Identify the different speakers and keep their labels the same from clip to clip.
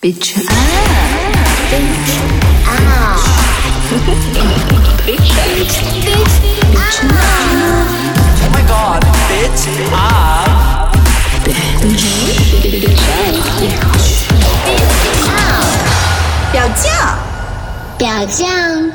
Speaker 1: Bitch up, bitch up, bitch up.
Speaker 2: Oh my god, bitch up,
Speaker 1: bitch up.
Speaker 3: 表酱，
Speaker 1: 表酱。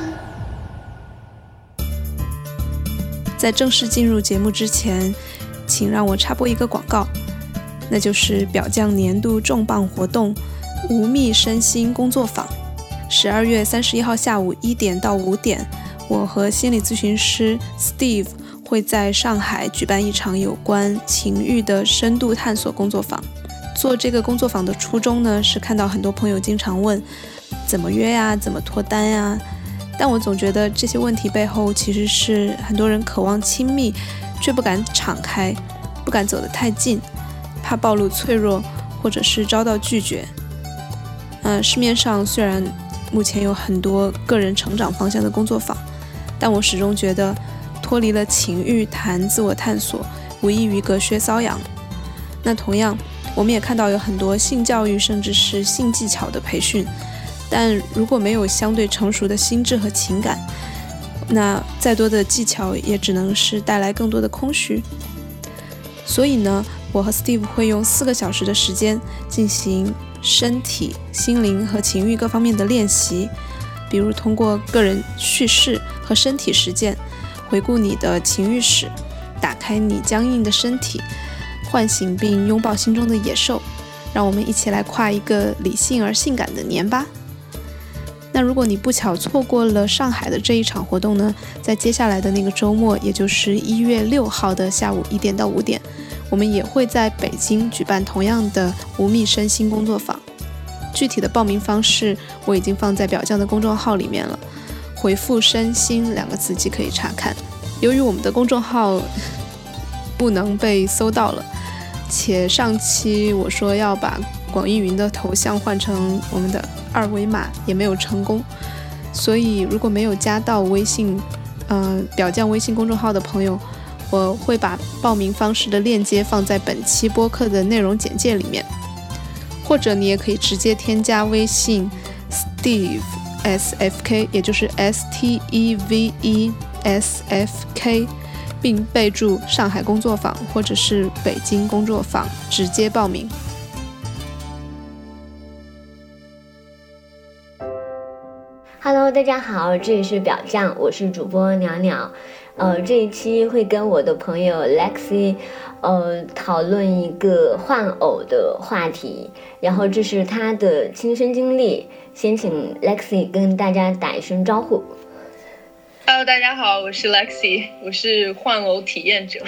Speaker 4: 在正式进入节目之前，请让我插播一个广告，那就是表酱年度重磅活动无密身心工作坊。12月31号下午1点到5点，我和心理咨询师 Steve 会在上海举办一场有关情欲的深度探索工作坊。做这个工作坊的初衷呢，是看到很多朋友经常问怎么约呀，怎么脱单呀，但我总觉得这些问题背后其实是很多人渴望亲密却不敢敞开，不敢走得太近，怕暴露脆弱或者是遭到拒绝。市面上虽然目前有很多个人成长方向的工作坊，但我始终觉得脱离了情欲谈自我探索无异于隔靴搔痒。那同样我们也看到有很多性教育甚至是性技巧的培训，但如果没有相对成熟的心智和情感，那再多的技巧也只能是带来更多的空虚。所以呢，我和 Steve 会用4个小时的时间进行身体、心灵和情欲各方面的练习，比如通过个人叙事和身体实践，回顾你的情欲史，打开你僵硬的身体，唤醒并拥抱心中的野兽，让我们一起来跨一个理性而性感的年吧。那如果你不巧错过了上海的这一场活动呢，在接下来的那个周末，也就是1月6号的下午1点到5点，我们也会在北京举办同样的无密身心工作坊。具体的报名方式我已经放在表酱的公众号里面了，回复身心2个字即可以查看。由于我们的公众号不能被搜到了，且上期我说要把网易云的头像换成我们的2维码也没有成功，所以如果没有加到微信表酱微信公众号的朋友，我会把报名方式的链接放在本期播客的内容简介里面，或者你也可以直接添加微信 Steve SFK， 也就是 STEVESFK， 并备注上海工作坊或者是北京工作坊，直接报名。
Speaker 5: Hello， 大家好，这里是表酱，我是主播鸟鸟。这一期会跟我的朋友 Lexi，讨论一个换偶的话题，然后这是他的亲身经历。先请 Lexi 跟大家打一声招呼。
Speaker 6: Hello， 大家好，我是 Lexi， 我是换偶体验者。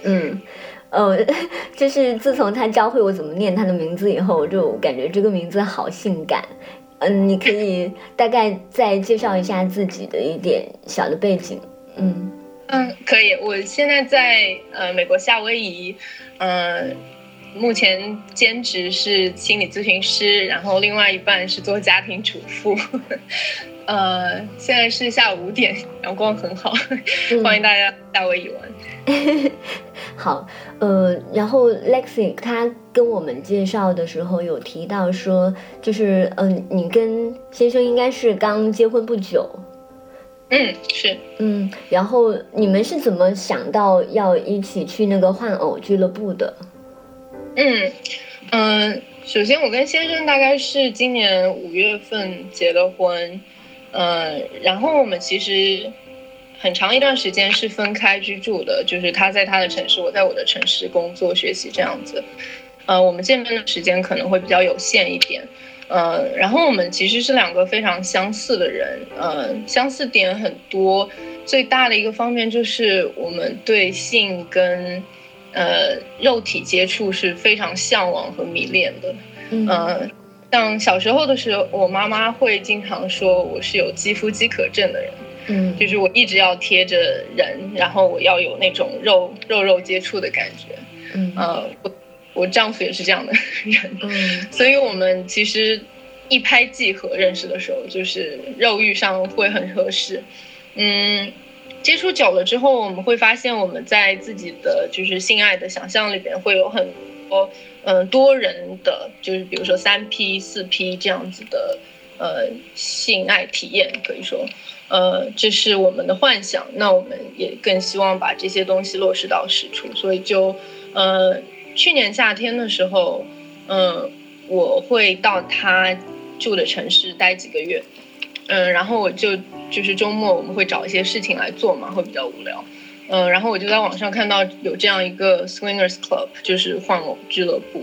Speaker 5: 就是自从他教会我怎么念他的名字以后，我就感觉这个名字好性感。你可以大概再介绍一下自己的一点小的背景。
Speaker 6: 可以。我现在在美国夏威夷，目前兼职是心理咨询师，然后另外一半是做家庭主妇。现在是下午5点，阳光很好，欢迎大家夏威夷玩。
Speaker 5: 好，然后 Lexi 他跟我们介绍的时候有提到说，就是你跟先生应该是刚结婚不久。
Speaker 6: 是。
Speaker 5: 然后你们是怎么想到要一起去那个换偶俱乐部的？
Speaker 6: 首先我跟先生大概是今年5月份结的婚，然后我们其实很长一段时间是分开居住的，就是他在他的城市，我在我的城市工作学习这样子。我们见面的时间可能会比较有限一点。然后我们其实是2个非常相似的人，相似点很多，最大的一个方面就是我们对性跟肉体接触是非常向往和迷恋的。像小时候的时候，我妈妈会经常说我是有肌肤饥渴症的人。就是我一直要贴着人，然后我要有那种肉接触的感觉。我丈夫也是这样的人。所以我们其实一拍即合，认识的时候就是肉欲上会很合适。接触久了之后，我们会发现我们在自己的就是性爱的想象里边会有很多多人的，就是比如说3P、4P 这样子的性爱体验，可以说这是我们的幻想。那我们也更希望把这些东西落实到实处，所以就去年夏天的时候，我会到他住的城市待几个月，然后我就是周末我们会找一些事情来做嘛，会比较无聊。然后我就在网上看到有这样一个 swingers club， 就是换偶俱乐部，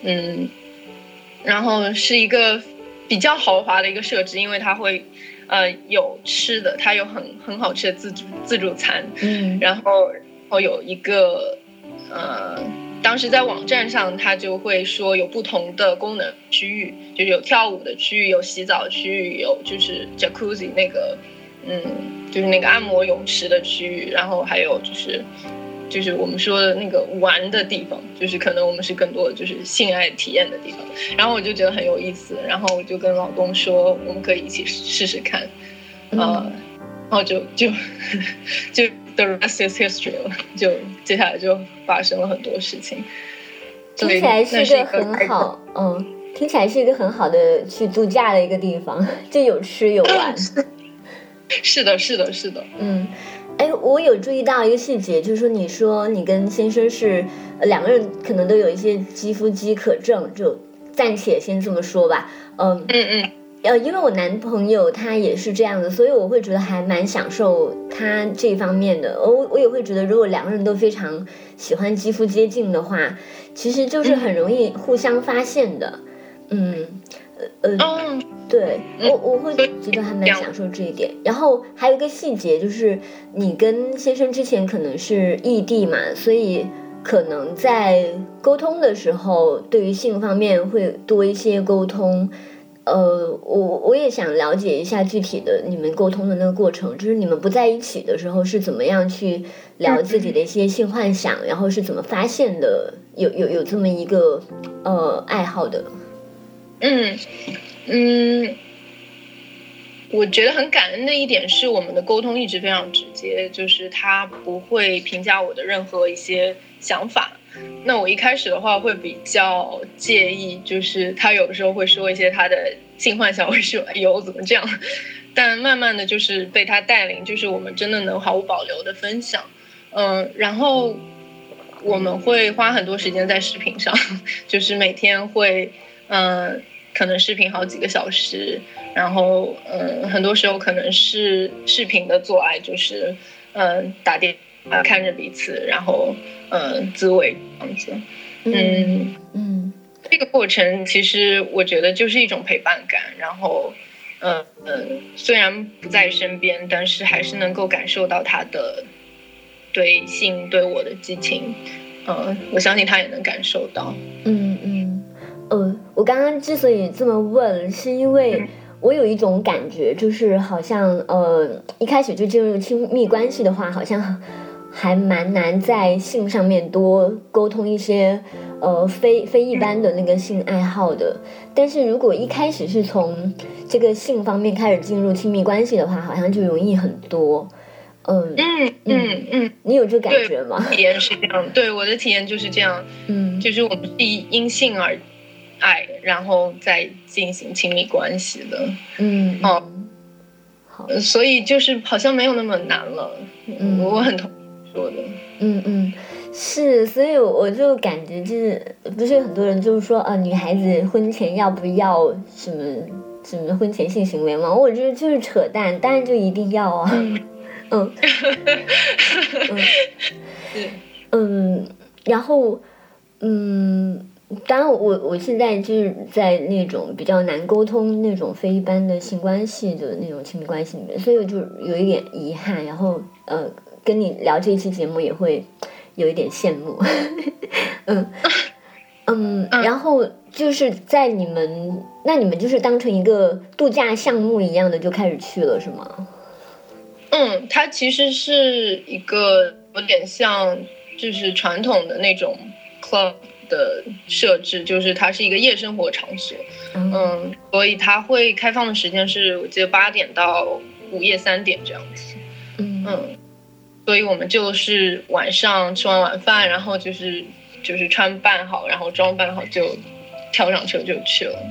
Speaker 6: 然后是一个比较豪华的一个设置，因为它会有吃的，它有很好吃的自助餐，然后有一个当时在网站上它就会说有不同的功能区域，就是有跳舞的区域，有洗澡区域，有就是 jacuzzi 那个就是那个按摩泳池的区域，然后还有就是我们说的那个玩的地方，就是可能我们是更多的就是性爱体验的地方。然后我就觉得很有意思，然后我就跟老公说我们可以一起试试看，然后就 the rest is history 了，就接下来就发生了很多事情。
Speaker 5: 听起来是一个很好，听起来是一个很好的去度假的一个地方，就有吃有玩。
Speaker 6: 是的。
Speaker 5: 我有注意到一个细节，就是说你说你跟先生是两个人可能都有一些肌肤饥渴症，就暂且先这么说吧。因为我男朋友他也是这样的，所以我会觉得还蛮享受他这方面的。我也会觉得，如果两个人都非常喜欢肌肤接近的话，其实就是很容易互相发现的。对，我会觉得还蛮享受这一点。然后还有一个细节，就是你跟先生之前可能是异地嘛，所以可能在沟通的时候，对于性方面会多一些沟通。我也想了解一下具体的你们沟通的那个过程，就是你们不在一起的时候是怎么样去聊自己的一些性幻想，然后是怎么发现的有这么一个爱好的。
Speaker 6: 我觉得很感恩的一点是我们的沟通一直非常直接，就是他不会评价我的任何一些想法。那我一开始的话会比较介意，就是他有的时候会说一些他的性幻想，会说哎呦怎么这样，但慢慢的就是被他带领，就是我们真的能毫无保留的分享。然后我们会花很多时间在视频上，就是每天会可能视频好几个小时，然后很多时候可能是视频的做爱，就是打电话看着彼此，然后自慰这样子。这个过程其实我觉得就是一种陪伴感，然后虽然不在身边，但是还是能够感受到他的对性对我的激情。我相信他也能感受到。
Speaker 5: 我刚刚之所以这么问，是因为我有一种感觉，就是好像一开始就进入亲密关系的话，好像还蛮难在性上面多沟通一些非一般的那个性爱好的。但是如果一开始是从这个性方面开始进入亲密关系的话，好像就容易很多。你有这感觉吗？
Speaker 6: 体验是这样，对，我的体验就是这样。就是我们是因性而爱，然后再进行亲密关系的。
Speaker 5: 好，
Speaker 6: 所以就是好像没有那么难了。我很同意说的。
Speaker 5: 是，所以我就感觉就是不是很多人就是说女孩子婚前要不要什么婚前性行为吗？我觉得就是扯淡，当然就一定要啊。然后当然我现在就是在那种比较难沟通那种非一般的性关系的那种亲密关系里面，所以我就有一点遗憾，然后跟你聊这一期节目也会有一点羡慕。然后就是在你们就是当成一个度假项目一样的就开始去了是吗？
Speaker 6: 它其实是一个有点像就是传统的那种 club 的设置，就是它是一个夜生活场所。所以它会开放的时间是我记得8点到午夜3点这样子。所以我们就是晚上吃完晚饭，然后就是就是穿扮好，然后装扮好就跳上车就去了。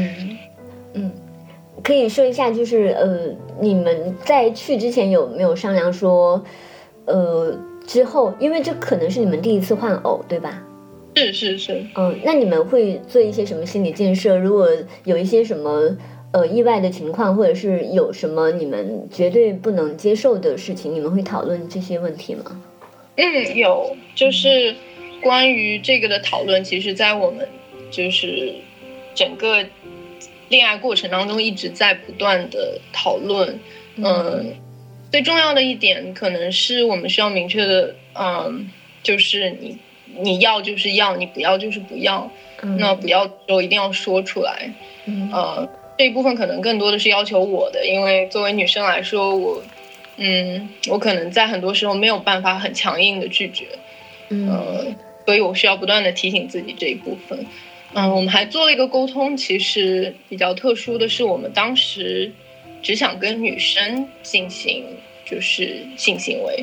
Speaker 5: 可以说一下，就是你们在去之前有没有商量说，之后，因为这可能是你们第一次换偶，对吧？
Speaker 6: 是。
Speaker 5: 那你们会做一些什么心理建设？如果有一些什么意外的情况，或者是有什么你们绝对不能接受的事情，你们会讨论这些问题吗？
Speaker 6: 有，就是关于这个的讨论，其实在我们就是整个恋爱过程当中一直在不断的讨论。最重要的一点可能是我们需要明确的，就是你要就是要，你不要就是不要。那不要就一定要说出来。这一部分可能更多的是要求我的，因为作为女生来说，我可能在很多时候没有办法很强硬的拒绝。所以我需要不断的提醒自己这一部分。我们还做了一个沟通，其实比较特殊的是，我们当时只想跟女生进行就是性行为。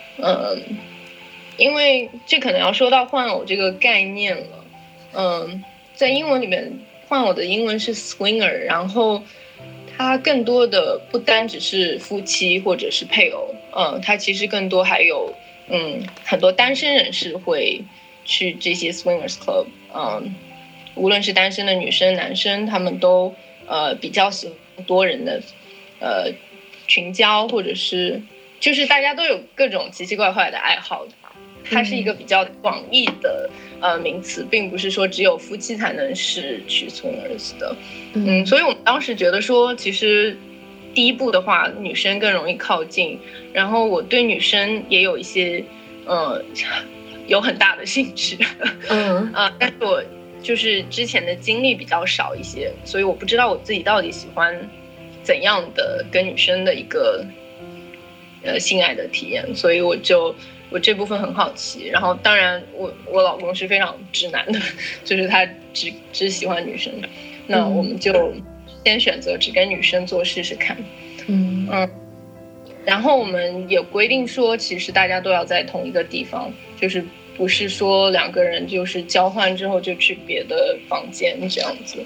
Speaker 6: 因为这可能要说到换偶这个概念了。在英文里面，换偶的英文是 swinger， 然后它更多的不单只是夫妻或者是配偶，它其实更多还有很多单身人士会去这些 swingers club。无论是单身的女生男生，他们都比较喜欢多人的群交，或者是就是大家都有各种奇奇怪怪的爱好。它是一个比较广义的名词，并不是说只有夫妻才能是去 swingers 的。所以我们当时觉得说，其实第一步的话，女生更容易靠近，然后我对女生也有一些有很大的兴趣。但是我就是之前的经历比较少一些，所以我不知道我自己到底喜欢怎样的跟女生的一个性爱的体验，所以我这部分很好奇。然后当然我老公是非常直男的，就是他只喜欢女生。那我们就先选择只跟女生做试试看。然后我们也规定说，其实大家都要在同一个地方，就是不是说两个人就是交换之后就去别的房间这样子。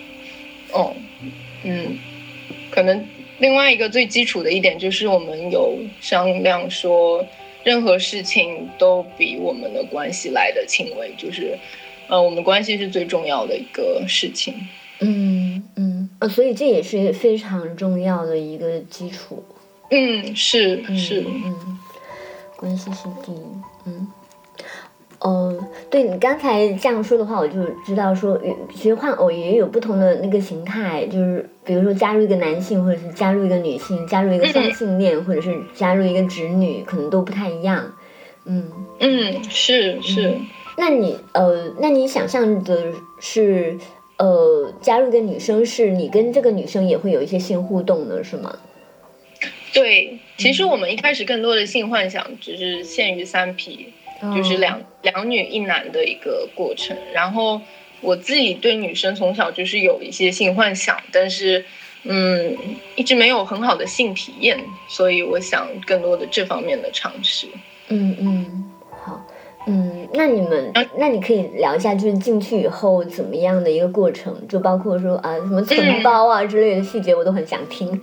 Speaker 6: 可能另外一个最基础的一点就是我们有商量说，任何事情都比我们的关系来得亲微，就是我们关系是最重要的一个事情。
Speaker 5: 所以这也是非常重要的一个基础。
Speaker 6: 是。
Speaker 5: 关系是第一。对，你刚才这样说的话，我就知道说，其实换偶也有不同的那个形态，就是比如说加入一个男性，或者是加入一个女性，加入一个双性恋，或者是加入一个直女，可能都不太一样。
Speaker 6: 是。
Speaker 5: 那你想象的是，加入一个女生，是你跟这个女生也会有一些性互动呢，是吗？
Speaker 6: 对，其实我们一开始更多的性幻想只是限于3P。就是两女一男的一个过程。然后我自己对女生从小就是有一些性幻想，但是一直没有很好的性体验，所以我想更多的这方面的尝试。
Speaker 5: 好。那你可以聊一下，就是进去以后怎么样的一个过程，就包括说什么存包啊之类的细节，我都很想听。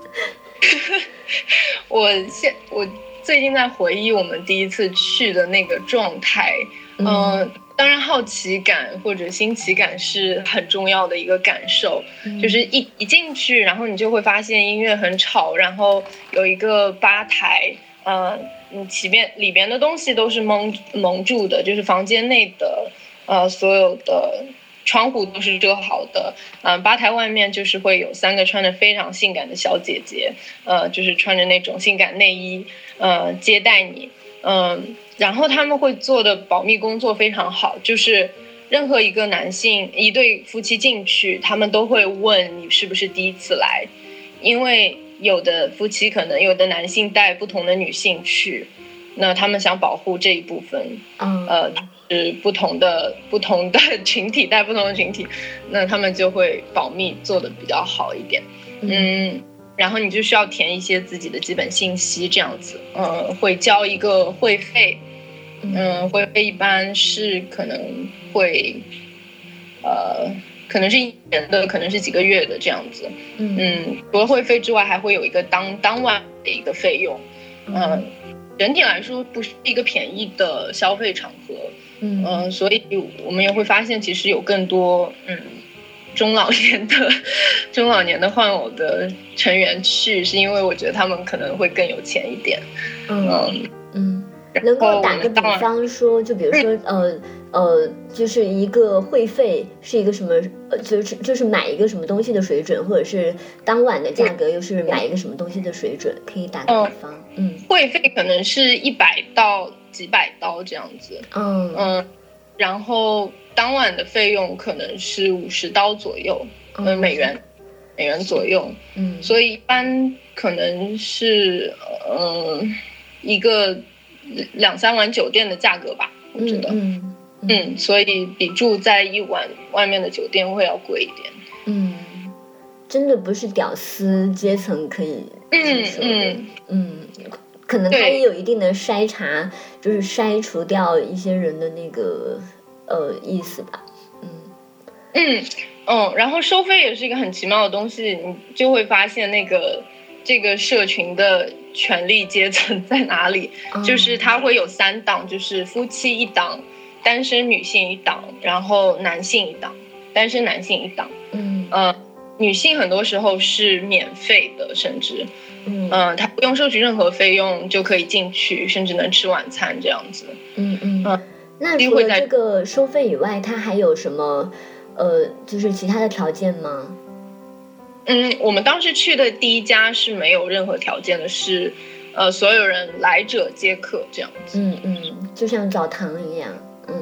Speaker 6: 我最近在回忆我们第一次去的那个状态。当然好奇感或者新奇感是很重要的一个感受。就是一进去，然后你就会发现音乐很吵，然后有一个吧台，里边的东西都是蒙住的，就是房间内的所有的窗户都是遮好的。吧台外面就是会有3个穿着非常性感的小姐姐，就是穿着那种性感内衣接待你。然后他们会做的保密工作非常好，就是任何一个男性一对夫妻进去，他们都会问你是不是第一次来，因为有的夫妻可能有的男性带不同的女性去，那他们想保护这一部分。是不同的群体带不同的群体，那他们就会保密做得比较好一点。然后你就需要填一些自己的基本信息这样子。会交一个会费， 会费一般是可能会可能是1年的，可能是几个月的这样子。除了会费之外，还会有一个当晚的一个费用。整体来说不是一个便宜的消费场合。所以我们也会发现，其实有更多中老年的换偶的成员去，是因为我觉得他们可能会更有钱一点。
Speaker 5: 能够打个比方说，就比如说就是一个会费是一个什么就是买一个什么东西的水准，或者是当晚的价格又是买一个什么东西的水准，可以打个比方。
Speaker 6: 会费可能是100到几百刀这样子。然后当晚的费用可能是50刀左右，美元左右。所以一般可能是一个2-3晚酒店的价格吧，我觉得。所以比住在一晚外面的酒店会要贵一点。
Speaker 5: 真的不是屌丝阶层可以接受的。可能它也有一定的筛查，就是筛除掉一些人的那个意思吧。
Speaker 6: 然后收费也是一个很奇妙的东西，你就会发现这个社群的权力阶层在哪里。就是它会有3档，就是夫妻一档，单身女性一档，然后男性一档，单身男性一档。女性很多时候是免费的，甚至她不用收取任何费用就可以进去，甚至能吃晚餐这样子。
Speaker 5: 那除了这个收费以外，它还有什么就是其他的条件吗？
Speaker 6: 我们当时去的第一家是没有任何条件的，是所有人来者皆可这样子。
Speaker 5: 就像澡堂一样。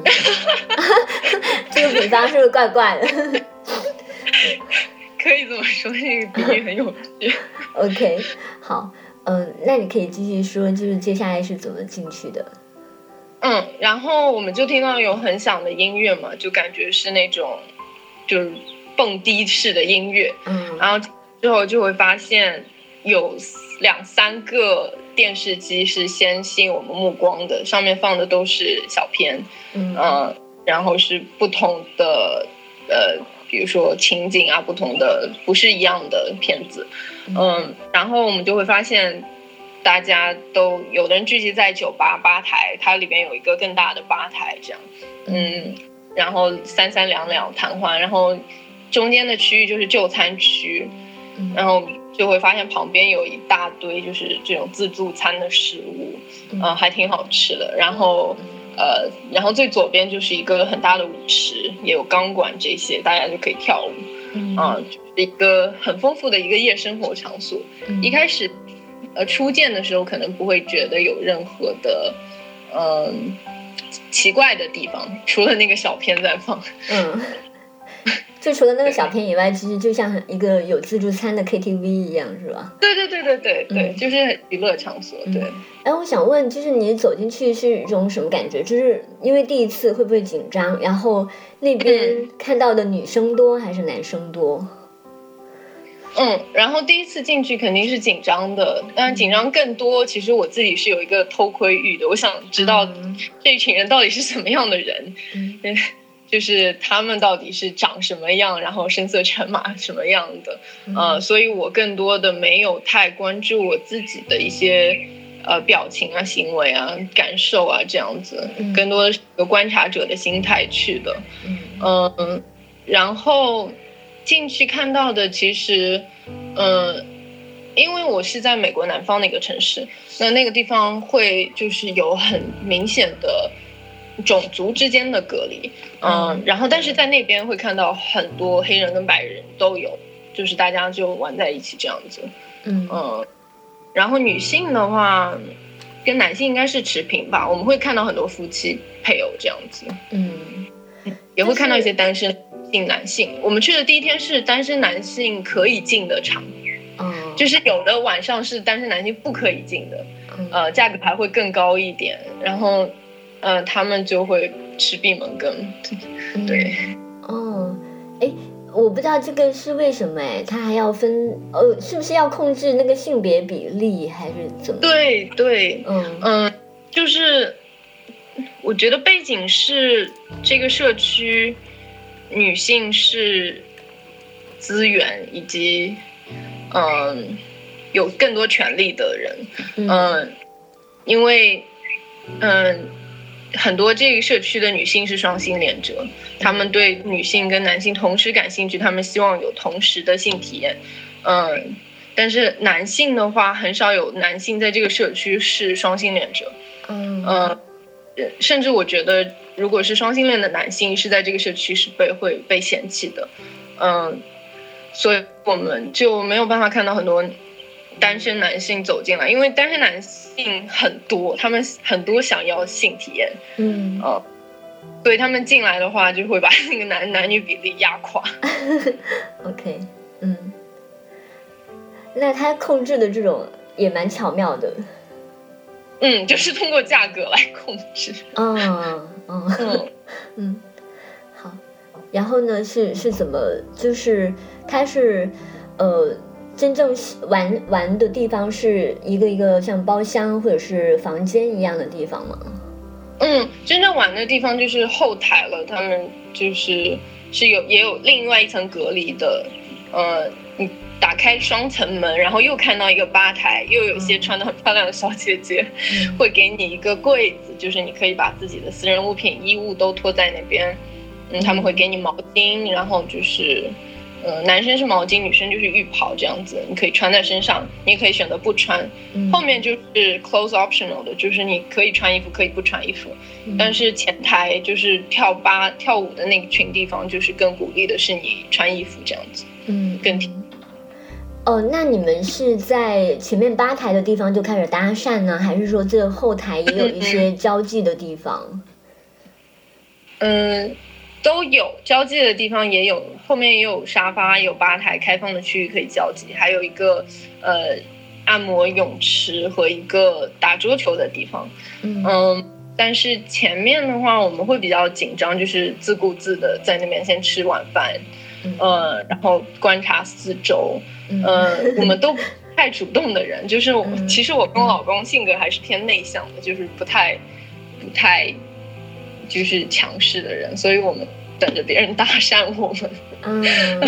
Speaker 5: 这个比方是不是怪怪的？
Speaker 6: 可以这么说，这个比喻很有趣。
Speaker 5: OK， 好，那你可以继续说，就是接下来是怎么进去的？
Speaker 6: 然后我们就听到有很响的音乐嘛，就感觉是那种就是蹦迪式的音乐。然后之后就会发现有2-3个电视机是先吸引我们目光的，上面放的都是小片。然后是不同的比如说情景啊，不同的不是一样的片子。然后我们就会发现大家都有的人聚集在酒吧吧台，它里面有一个更大的吧台这样。然后3-32两谈话，然后中间的区域就是就餐区。然后就会发现旁边有一大堆就是这种自助餐的食物，还挺好吃的。然后最左边就是一个很大的舞池，也有钢管这些，大家就可以跳舞。就是一个很丰富的一个夜生活场所。一开始初见的时候可能不会觉得有任何的奇怪的地方，除了那个小片在放。
Speaker 5: 就除了那个小片以外，其实就像一个有自助餐的 KTV 一样，是吧？
Speaker 6: 对，就是娱乐场所。对。
Speaker 5: 我想问，就是你走进去是一种什么感觉？就是因为第一次会不会紧张？然后那边看到的女生多还是男生多？
Speaker 6: 然后第一次进去肯定是紧张的，但紧张更多。其实我自己是有一个偷窥欲的，我想知道这一群人到底是什么样的人。就是他们到底是长什么样，然后声色犬马什么样的。所以我更多的没有太关注我自己的一些表情啊、行为啊、感受啊这样子，更多的是一个观察者的心态去的。然后进去看到的其实因为我是在美国南方的一个城市，那个地方会就是有很明显的种族之间的隔离。然后但是在那边会看到很多黑人跟白人都有，就是大家就玩在一起这样子。然后女性的话跟男性应该是持平吧，我们会看到很多夫妻配偶这样子。也会看到一些单身男性。我们去的第一天是单身男性可以进的场，就是有的晚上是单身男性不可以进的，价格还会更高一点。然后他们就会吃闭门羹。对。
Speaker 5: 我不知道这个是为什么他还要分是不是要控制那个性别比例还是怎么？
Speaker 6: 对，就是我觉得背景是这个社区女性是资源以及有更多权利的人，因为很多这个社区的女性是双性恋者，她们对女性跟男性同时感兴趣，她们希望有同时的性体验，但是男性的话很少有男性在这个社区是双性恋者，甚至我觉得如果是双性恋的男性是在这个社区是会被嫌弃的，所以我们就没有办法看到很多单身男性走进来，因为单身男性很多，他们很多想要性体验，所以他们进来的话就会把那个男女比例压垮。
Speaker 5: OK， 那他控制的这种也蛮巧妙的。
Speaker 6: 就是通过价格来控制。
Speaker 5: 好，然后呢是怎么，就是他是真正玩的地方是一个像包厢或者是房间一样的地方吗？
Speaker 6: 真正玩的地方就是后台了，他们也有另外一层隔离的，你打开双层门，然后又看到一个吧台，又有一些穿得很漂亮的小姐姐，会给你一个柜子，就是你可以把自己的私人物品、衣物都拖在那边，他们会给你毛巾，然后就是男生是毛巾，女生就是浴袍这样子，你可以穿在身上，你也可以选择不穿。后面就是 clothes optional 的，就是你可以穿衣服，可以不穿衣服。但是前台就是跳舞的那群地方，就是更鼓励的是你穿衣服这样子，更
Speaker 5: 那你们是在前面吧台的地方就开始搭讪呢，还是说这后台也有一些交际的地方？
Speaker 6: 都有交际的地方，也有后面也有沙发，有吧台，开放的区域可以交际，还有一个按摩泳池和一个打桌球的地方。但是前面的话我们会比较紧张，就是自顾自的在那边先吃晚饭，然后观察四周，我们都不太主动的人，就是其实我跟我老公性格还是偏内向的，就是不太就是强势的人，所以我们等着别人搭讪我们。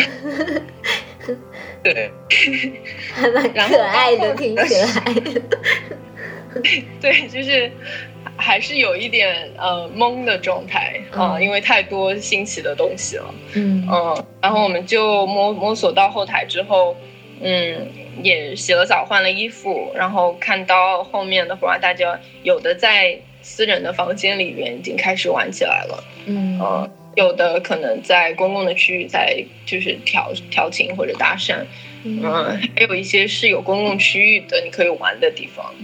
Speaker 6: 对，
Speaker 5: 还蛮可爱的，挺可爱的。
Speaker 6: 对，就是还是有一点懵的状态因为太多新奇的东西了。然后我们就摸索到后台之后，也洗了澡换了衣服，然后看到后面的话，大家有的在私人的房间里面已经开始玩起来了，有的可能在公共的区域在就是调情或者搭讪，还有一些是有公共区域的你可以玩的地方。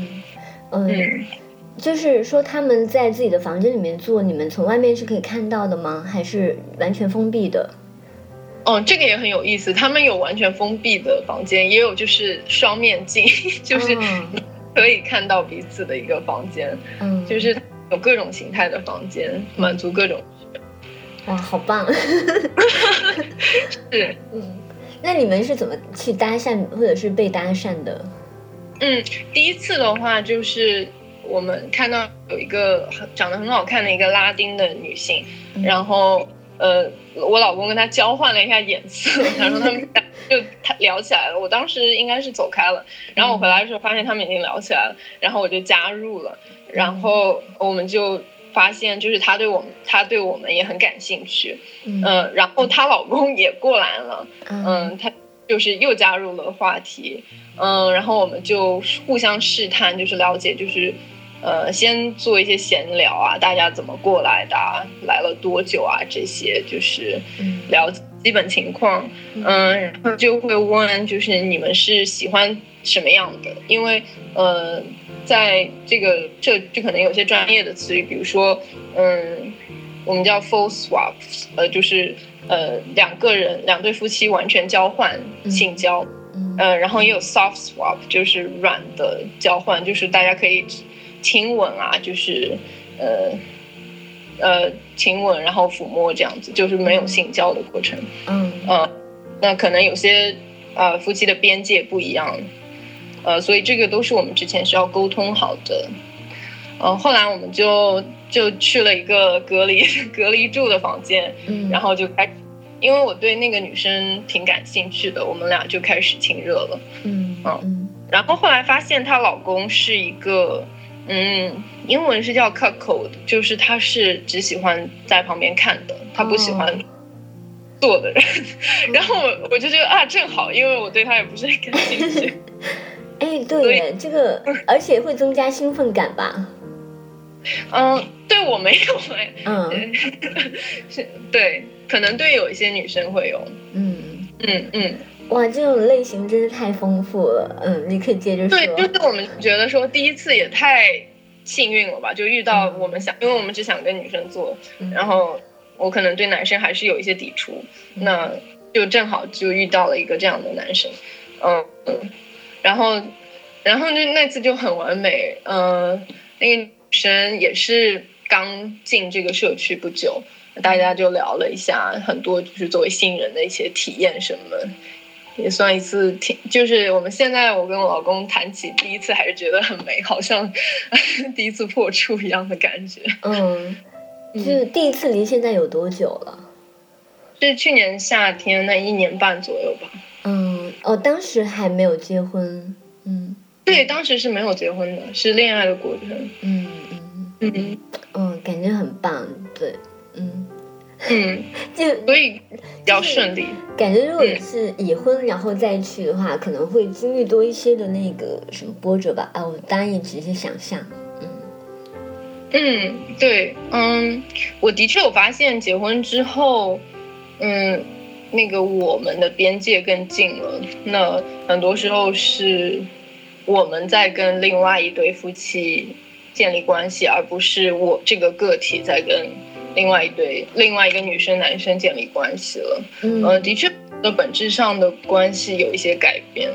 Speaker 5: 就是说他们在自己的房间里面做，你们从外面是可以看到的吗？还是完全封闭的？
Speaker 6: 这个也很有意思，他们有完全封闭的房间，也有就是双面镜，就是可以看到彼此的一个房间，就是有各种形态的房间，满足各种需求。
Speaker 5: 哇，好棒！
Speaker 6: 是，
Speaker 5: 那你们是怎么去搭讪或者是被搭讪的？
Speaker 6: 第一次的话就是我们看到有一个长得很好看的一个拉丁的女性，然后我老公跟她交换了一下眼色，然后他们就聊起来了。我当时应该是走开了，然后我回来的时候发现他们已经聊起来了，然后我就加入了，然后我们就发现就是她对我们也很感兴趣，然后她老公也过来了，他就是又加入了话题，然后我们就互相试探，就是了解，就是先做一些闲聊啊，大家怎么过来的，来了多久啊，这些就是了解基本情况，然后就会问，就是你们是喜欢什么样的？因为在这可能有些专业的词语，比如说我们叫 full swap， 就是两对夫妻完全交换性交，然后也有 soft swap， 就是软的交换，就是大家可以亲吻啊，就是亲吻然后抚摸这样子，就是没有性交的过程。那可能有些夫妻的边界不一样，所以这个都是我们之前需要沟通好的。后来我们就就去了一个隔离住的房间，然后就开始，因为我对那个女生挺感兴趣的，我们俩就开始亲热了。然后后来发现她老公是一个英文是叫 cuckold， 就是他是只喜欢在旁边看的，他不喜欢做的人。然后我就觉得啊，正好，因为我对他也不是很感兴趣。
Speaker 5: 对，这个而且会增加兴奋感吧？
Speaker 6: 对我没有是对，可能对有一些女生会有。哇，这种类型真是太丰富了。你可以接着说。对， 就是我们觉得说第一次也太幸运了吧，就遇到我们因为我们只想跟女生做，然后我可能对男生还是有一些抵触，那就正好就遇到了一个这样的男生。然后那次就很完美。那个女生也是刚进这个社区不久，大家就聊了一下很多，就是作为新人的一些体验什么，也算一次就是我们现在我跟我老公谈起第一次还是觉得很美，好像第一次破处一样的感觉。
Speaker 5: 就是第一次离现在有多久了？
Speaker 6: 是去年夏天，那1年半左右吧。
Speaker 5: 当时还没有结婚。
Speaker 6: 对，当时是没有结婚的，是恋爱的过程。
Speaker 5: 感觉很棒。对。
Speaker 6: 所以比较顺利。
Speaker 5: 感觉如果是已婚然后再去的话，可能会经历多一些的那个什么波折吧。我当然也只是想象。
Speaker 6: 对。我的确有发现结婚之后，那个我们的边界更近了。那很多时候是我们在跟另外一对夫妻建立关系，而不是我这个个体在跟另外一个女生男生建立关系了。的确的本质上的关系有一些改变。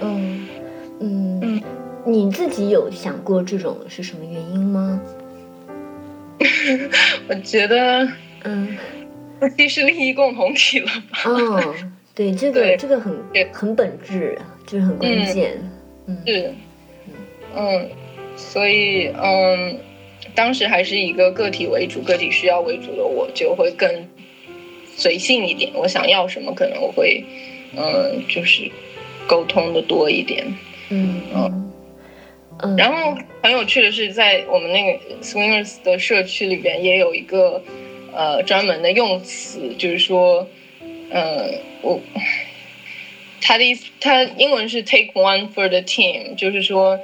Speaker 5: 你自己有想过这种是什么原因吗？
Speaker 6: 我觉得夫妻是利益共同体了吧。
Speaker 5: 对，这个很本质，就是很关键。
Speaker 6: 是。所以当时还是以一个个体为主，个体需要为主的我就会更随性一点，我想要什么可能我会就是沟通的多一点。然后很有趣的是，在我们那个 Swingers 的社区里边也有一个专门的用词，就是说他英文是 take one for the team， 就是说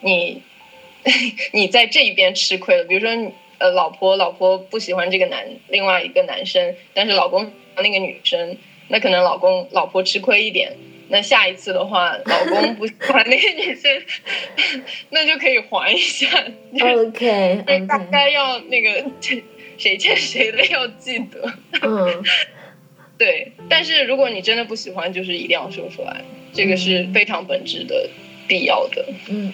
Speaker 6: 你在这一边吃亏了，比如说老婆不喜欢另外一个男生，但是老公那个女生，那可能老婆吃亏一点，那下一次的话老公不喜欢那个女生那就可以还一下。
Speaker 5: OK，
Speaker 6: 大概要那个谁欠谁的要记得。对，但是如果你真的不喜欢，就是一定要说出来，这个是非常本质的必要的。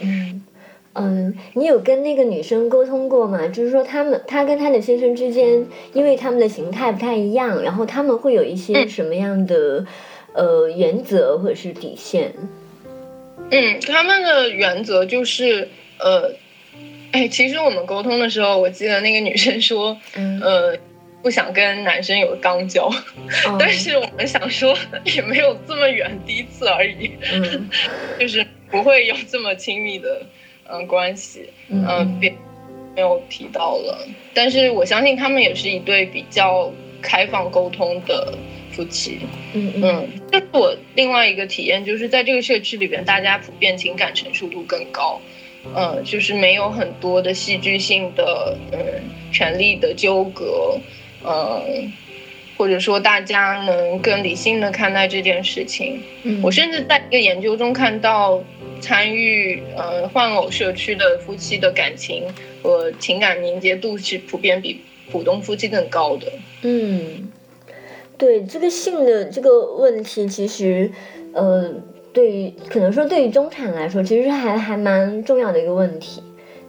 Speaker 5: 你有跟那个女生沟通过吗？就是说她跟她的先生之间，因为他们的形态不太一样，然后他们会有一些什么样的原则或者是底线？
Speaker 6: 他们的原则就是其实我们沟通的时候，我记得那个女生说不想跟男生有肛交，但是我们想说也没有这么远，第一次而已，就是不会有这么亲密的关系，没有提到了。但是我相信他们也是一对比较开放沟通的夫妻。这是我另外一个体验，就是在这个社区里边，大家普遍情感成熟度更高。就是没有很多的戏剧性的权力的纠葛，或者说大家能更理性的看待这件事情。我甚至在一个研究中看到，参与换偶社区的夫妻的感情和情感凝结度是普遍比普通夫妻更高的。
Speaker 5: 对，这个性的这个问题，其实可能说对于中产来说，其实还蛮重要的一个问题。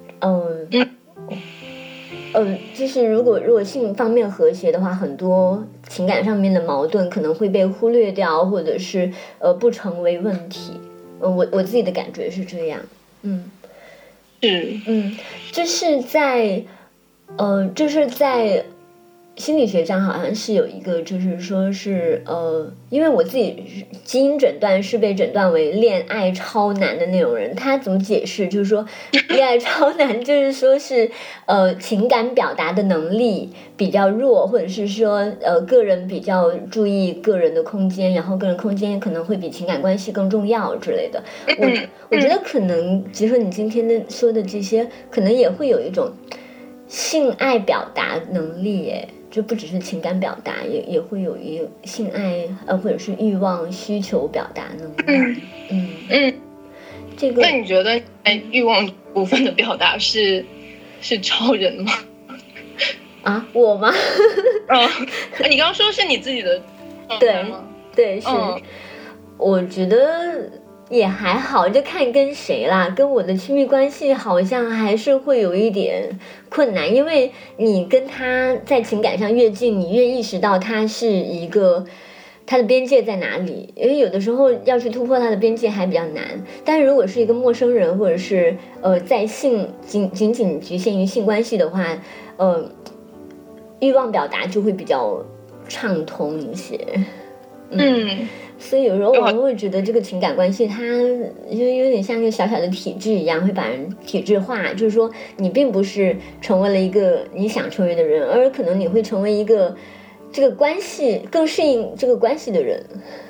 Speaker 5: 就是如果性方面和谐的话，很多情感上面的矛盾可能会被忽略掉，或者是不成为问题。我自己的感觉是这样。就是在这是在心理学上好像是有一个，就是说是因为我自己基因诊断是被诊断为恋爱超难的那种人，他怎么解释？就是说恋爱超难，就是说是情感表达的能力比较弱，或者是说个人比较注意个人的空间，然后个人空间可能会比情感关系更重要之类的。我觉得可能，结合你今天说的这些，可能也会有一种性爱表达能力耶。就不只是情感表达，也会有一性爱或者是欲望需求表达能力。这个。
Speaker 6: 那你觉得欲望部分的表达是超人吗？
Speaker 5: 啊，我吗？
Speaker 6: 你刚刚说是你自己的状态吗？
Speaker 5: 对，是。我觉得也还好，就看跟谁啦。跟我的亲密关系好像还是会有一点困难，因为你跟他在情感上越近，你越意识到他是一个他的边界在哪里。因为有的时候要去突破他的边界还比较难，但是如果是一个陌生人，或者是在仅仅局限于性关系的话，欲望表达就会比较畅通一些。所以有时候我会觉得这个情感关系它就有点像一个小小的体制一样，会把人体制化，就是说你并不是成为了一个你想成为的人，而可能你会成为一个这个关系更适应这个关系的人。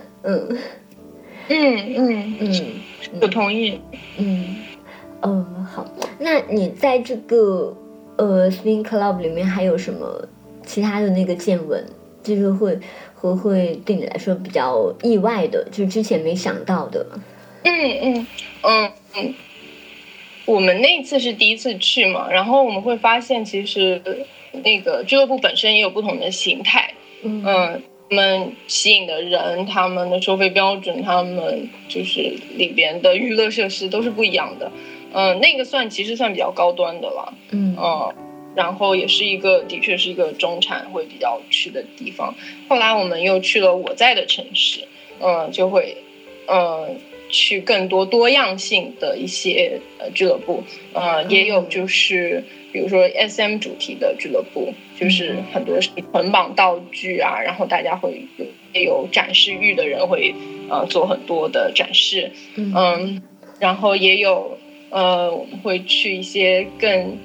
Speaker 6: 我同意。
Speaker 5: 好，那你在这个Swing Club 里面还有什么其他的那个见闻，就是会对你来说比较意外的，就是之前没想到的？
Speaker 6: 我们那次是第一次去嘛，然后我们会发现其实那个俱乐部本身也有不同的形态。他们吸引的人，他们的收费标准，他们就是里边的娱乐设施都是不一样的。那个其实算比较高端的了。然后也是的确是一个中产会比较去的地方。后来我们又去了我在的城市，就会去更多样性的一些俱乐部，也有就是比如说 SM 主题的俱乐部，就是很多是捆绑道具啊，然后大家会有展示欲的人会做很多的展示。然后也有我们会去一些更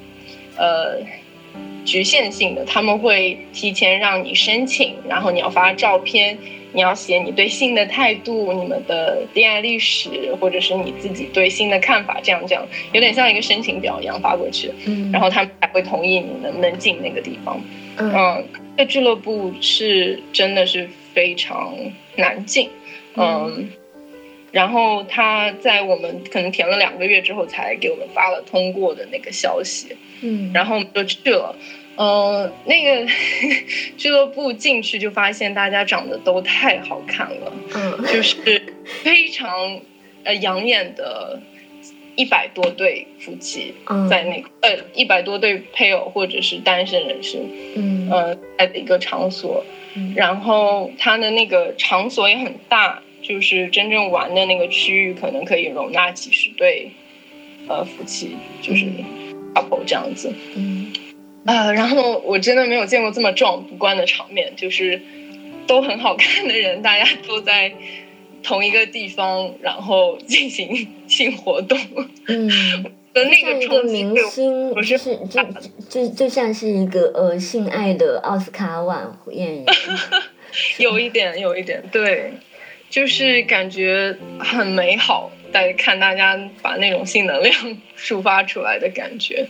Speaker 6: 局限性的，他们会提前让你申请，然后你要发照片，你要写你对性的态度，你们的恋爱历史，或者是你自己对性的看法，这样有点像一个申请表一样发过去。然后他们才会同意你能不能进那个地方。这俱乐部是真的是非常难进。然后他在我们可能填了2个月之后才给我们发了通过的那个消息。然后我们就去了。那个俱乐部进去就发现大家长得都太好看了。就是非常养眼的100多对夫妻，在那个100多对配偶或者是单身人士，在的一个场所。然后他的那个场所也很大，就是真正玩的那个区域可能可以容纳几十对夫妻，就是 couple 这样子。然后我真的没有见过这么壮不关的场面，就是都很好看的人，大家都在同一个地方，然后进行性活动。的那个冲击
Speaker 5: 明星就像是一个性爱的奥斯卡晚宴一样。有一
Speaker 6: 点，对，就是感觉很美好，在看大家把那种性能量抒发出来的感觉。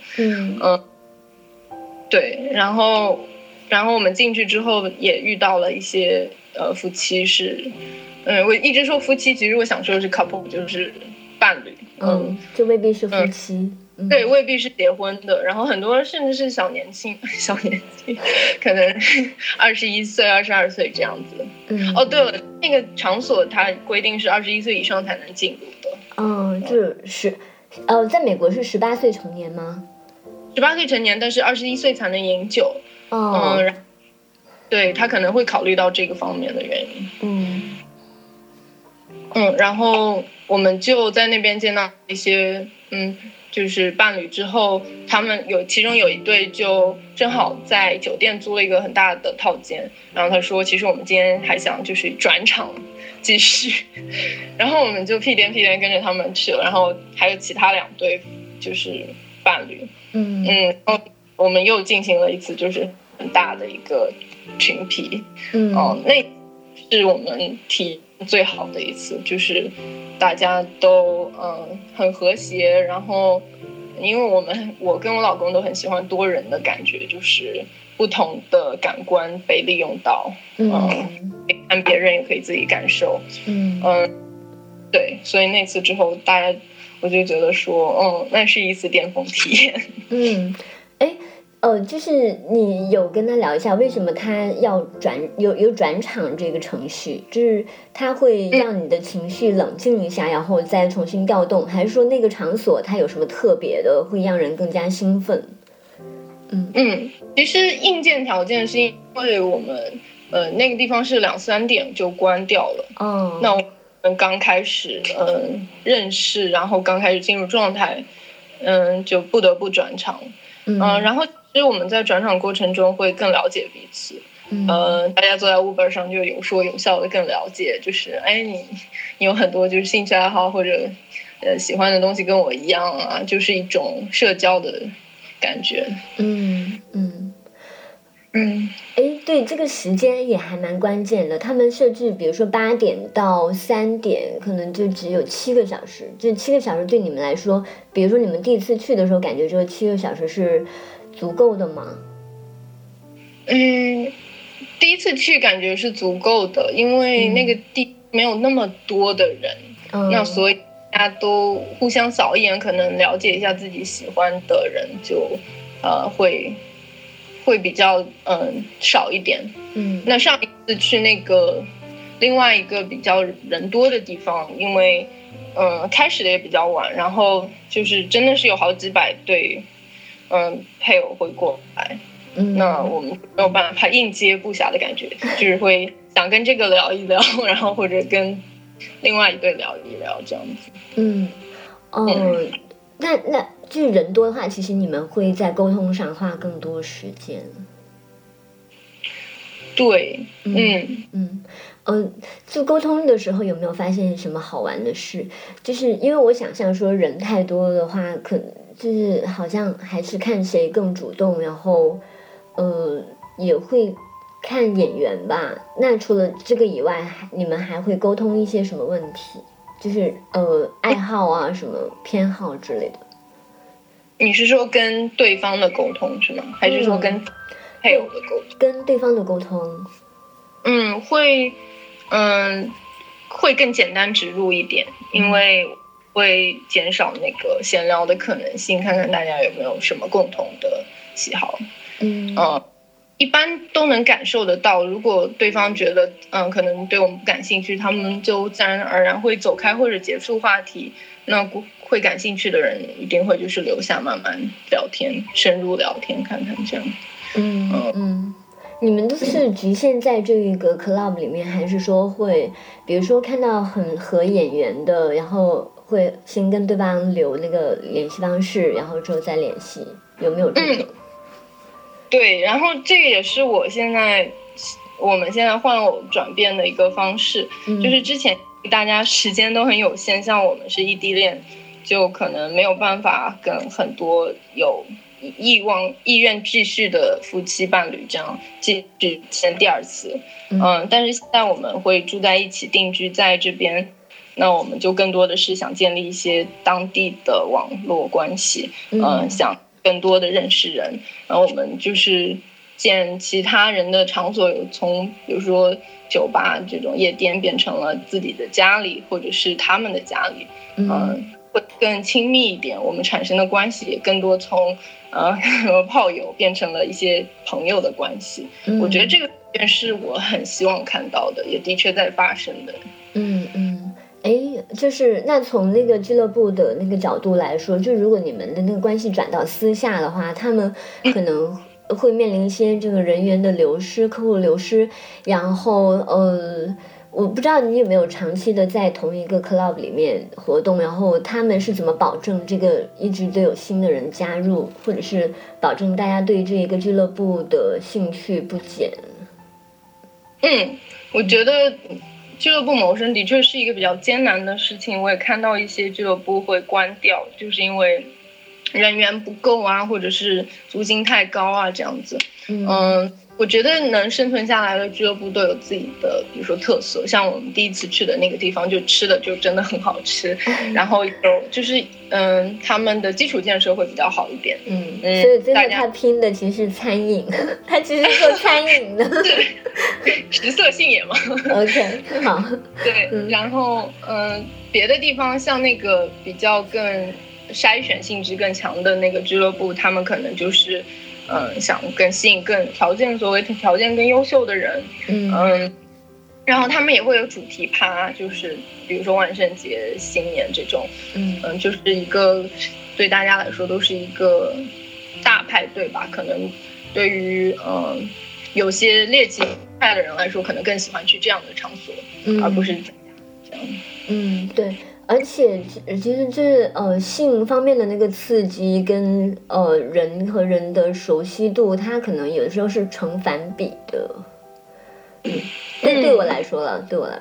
Speaker 6: 对，然后我们进去之后也遇到了一些夫妻是，我一直说夫妻，其实我想说的是 couple， 就是伴侣。
Speaker 5: 就未必是夫妻。
Speaker 6: 对，未必是结婚的，然后很多甚至是小年轻，可能21岁、22岁这样子。对了，那个场所它规定是21岁以上才能进入的。
Speaker 5: 就是在美国是18岁成年吗
Speaker 6: ？18岁成年，但是21岁才能饮酒。对，他可能会考虑到这个方面的原因。然后我们就在那边见到一些就是伴侣之后，他们其中有一对就正好在酒店租了一个很大的套间，然后他说其实我们今天还想就是转场继续，然后我们就屁颠屁颠跟着他们去了，然后还有其他2对就是伴侣，然后我们又进行了一次就是很大的一个群皮，那是我们体验最好的一次，就是大家都很和谐，然后因为我跟我老公都很喜欢多人的感觉，就是不同的感官被利用到，可以看别人也可以自己感受，对，所以那次之后我就觉得说那是一次巅峰体验。
Speaker 5: 就是你有跟他聊一下为什么他要有转场这个程序，就是他会让你的情绪冷静一下，然后再重新调动，还是说那个场所它有什么特别的会让人更加兴奋？
Speaker 6: 其实硬件条件是因为我们那个地方是2-3点就关掉了，那我们刚开始认识，然后刚开始进入状态，就不得不转场，然后其实我们在转场过程中会更了解彼此，大家坐在 Uber 上就有说有笑的更了解，就是你有很多就是兴趣爱好或者喜欢的东西跟我一样啊，就是一种社交的感觉。
Speaker 5: 对，这个时间也还蛮关键的。他们设置比如说8点到3点可能就只有7个小时，这7个小时对你们来说，比如说你们第一次去的时候感觉这个7个小时是足够的吗？
Speaker 6: 第一次去感觉是足够的，因为那个地没有那么多的人，那所以大家都互相扫一眼，可能了解一下自己喜欢的人就会比较少一点。那上一次去那个另外一个比较人多的地方，因为开始的也比较晚，然后就是真的是有好几百对配偶会过来，那我们没有办法应接不暇的感觉，就是会想跟这个聊一聊，然后或者跟另外一对聊一聊这样子。
Speaker 5: 那就是人多的话，其实你们会在沟通上花更多时间。
Speaker 6: 对，
Speaker 5: 就沟通的时候有没有发现什么好玩的事？就是因为我想象说人太多的话，可能就是好像还是看谁更主动，然后也会看眼缘吧。那除了这个以外，你们还会沟通一些什么问题？就是爱好啊，什么偏好之类的。
Speaker 6: 你是说跟对方的沟通是吗？还是说跟配偶的沟通？
Speaker 5: 跟对方的沟通。
Speaker 6: 会更简单直入一点，因为会减少那个闲聊的可能性，看看大家有没有什么共同的喜好。一般都能感受得到，如果对方觉得可能对我们不感兴趣，他们就自然而然会走开或者结束话题。那会感兴趣的人一定会就是留下慢慢聊天，深入聊天看看这样。
Speaker 5: 你们都是局限在这个 club 里面，还是说会比如说看到很合眼缘的，然后会先跟对方留那个联系方式，然后之后再联系，有没有这种？
Speaker 6: 对，然后这个也是我们现在换偶转变的一个方式，就是之前大家时间都很有限，像我们是异地恋，就可能没有办法跟很多有意愿继续的夫妻伴侣这样继续签第二次。但是现在我们会住在一起，定居在这边，那我们就更多的是想建立一些当地的网络关系，想更多的认识人，然后我们就是见其他人的场所，有从比如说酒吧这种夜店变成了自己的家里，或者是他们的家里，会更亲密一点，我们产生的关系也更多从炮友变成了一些朋友的关系。我觉得这个是我很希望看到的，也的确在发生的。
Speaker 5: 就是那从那个俱乐部的那个角度来说，就如果你们的那个关系转到私下的话，他们可能会面临一些这个人员的流失、客户流失，然后我不知道你有没有长期的在同一个 club 里面活动，然后他们是怎么保证这个一直都有新的人加入，或者是保证大家对这个俱乐部的兴趣不减？
Speaker 6: 我觉得俱乐部谋生的确是一个比较艰难的事情，我也看到一些俱乐部会关掉，就是因为人员不够啊，或者是租金太高啊这样子。我觉得能生存下来的俱乐部都有自己的，比如说特色。像我们第一次去的那个地方，就吃的就真的很好吃，然后就是他们的基础建设会比较好一点。
Speaker 5: 所以最后他拼的其实是餐饮，他其实是做餐饮的，
Speaker 6: 食色性也嘛。
Speaker 5: OK， 好。
Speaker 6: 对，然后别的地方像那个比较更筛选性质更强的那个俱乐部，他们可能就是想更吸引所谓条件更优秀的人。然后他们也会有主题趴，就是比如说万圣节、新年这种，就是一个对大家来说都是一个大派对吧。可能对于有些猎奇派的人来说，可能更喜欢去这样的场所，而不是这样。
Speaker 5: 对。而且其实这性方面的那个刺激跟人和人的熟悉度，它可能有的时候是成反比的。对我来说，